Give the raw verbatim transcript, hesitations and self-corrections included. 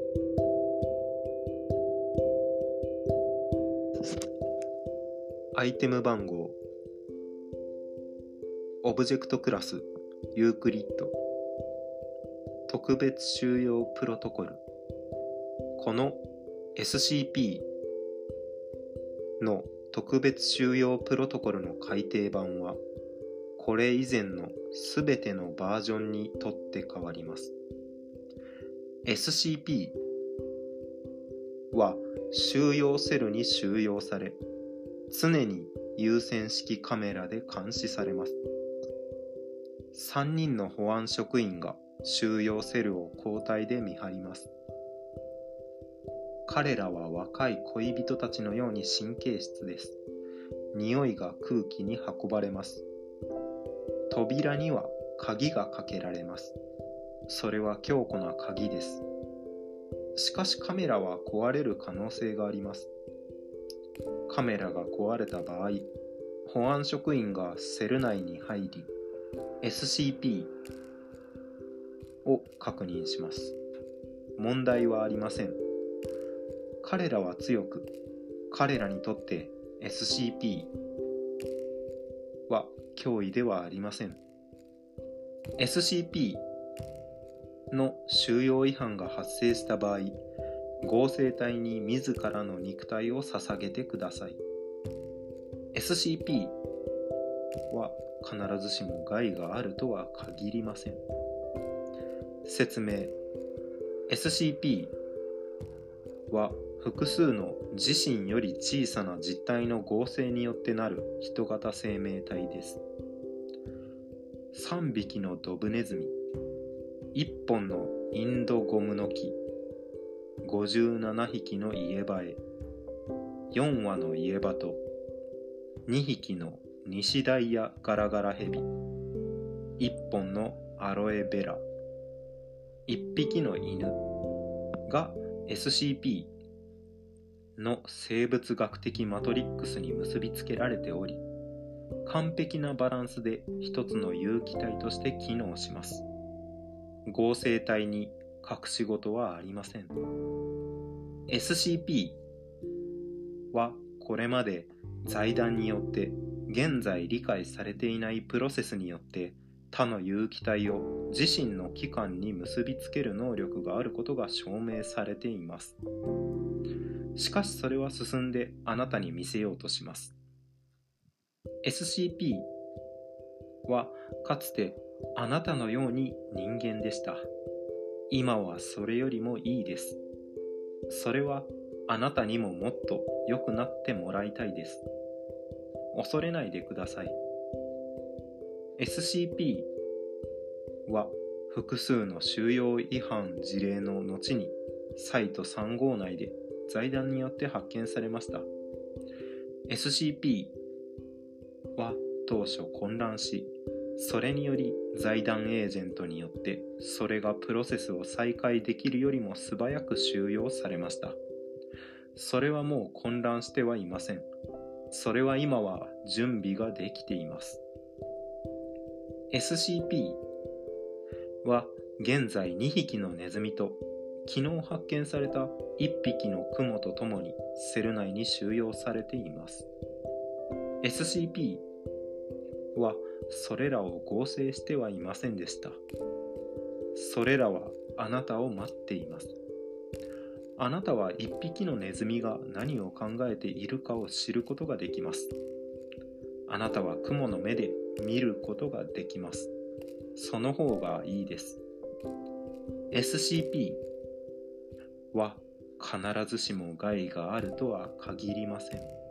アイテム番号、オブジェクトクラス、ユークリッド、特別収容プロトコル。この エスシーピー の特別収容プロトコルの改訂版は、これ以前のすべてのバージョンにとって変わります。エスシーピー は収容セルに収容され、常に有線式カメラで監視されます。さんにんの保安職員が収容セルを交代で見張ります。彼らは若い恋人たちのように神経質です。匂いが空気に運ばれます。扉には鍵がかけられます。それは強固な鍵です。しかしカメラは壊れる可能性があります。カメラが壊れた場合、保安職員がセル内に入り、エスシーピー を確認します。問題はありません。彼らは強く、彼らにとって エスシーピー は脅威ではありません。エスシーピー の収容違反が発生した場合、合成体に自らの肉体を捧げてください。エスシーピー は必ずしも害があるとは限りません。説明。エスシーピー は複数の自身より小さな実体の合成によってなる人型生命体です。さんびきのドブネズミ、いっぽんのインドゴムノキ、ごじゅうななひきのイエバエ、よんわのイエバト、にひきのニシダイヤガラガラヘビ、いっぽんのアロエベラ、いっぴきの犬が エスシーピー の生物学的マトリックスに結びつけられており、完璧なバランスで一つの有機体として機能します。合成体に隠し事はありません。エスシーピー はこれまで財団によって現在理解されていないプロセスによって他の有機体を自身の器官に結びつける能力があることが証明されています。しかしそれは進んであなたに見せようとします。エスシーピー はかつてあなたのように人間でした。今はそれよりもいいです。それはあなたにももっと良くなってもらいたいです。恐れないでください。エスシーピー は複数の収容違反事例の後にサイトさん号内で財団によって発見されました。エスシーピー は当初混乱し、それにより財団エージェントによってそれがプロセスを再開できるよりも素早く収容されました。それはもう混乱してはいません。それは今は準備ができています。エスシーピー は現在にひきのネズミと昨日発見されたいっぴきのクモとともにセル内に収容されています。エスシーピー はそれらを合成してはいませんでした。それらはあなたを待っています。あなたは一匹のネズミが何を考えているかを知ることができます。あなたはクモの目で見ることができます。その方がいいです。エスシーピー は必ずしも害があるとは限りません。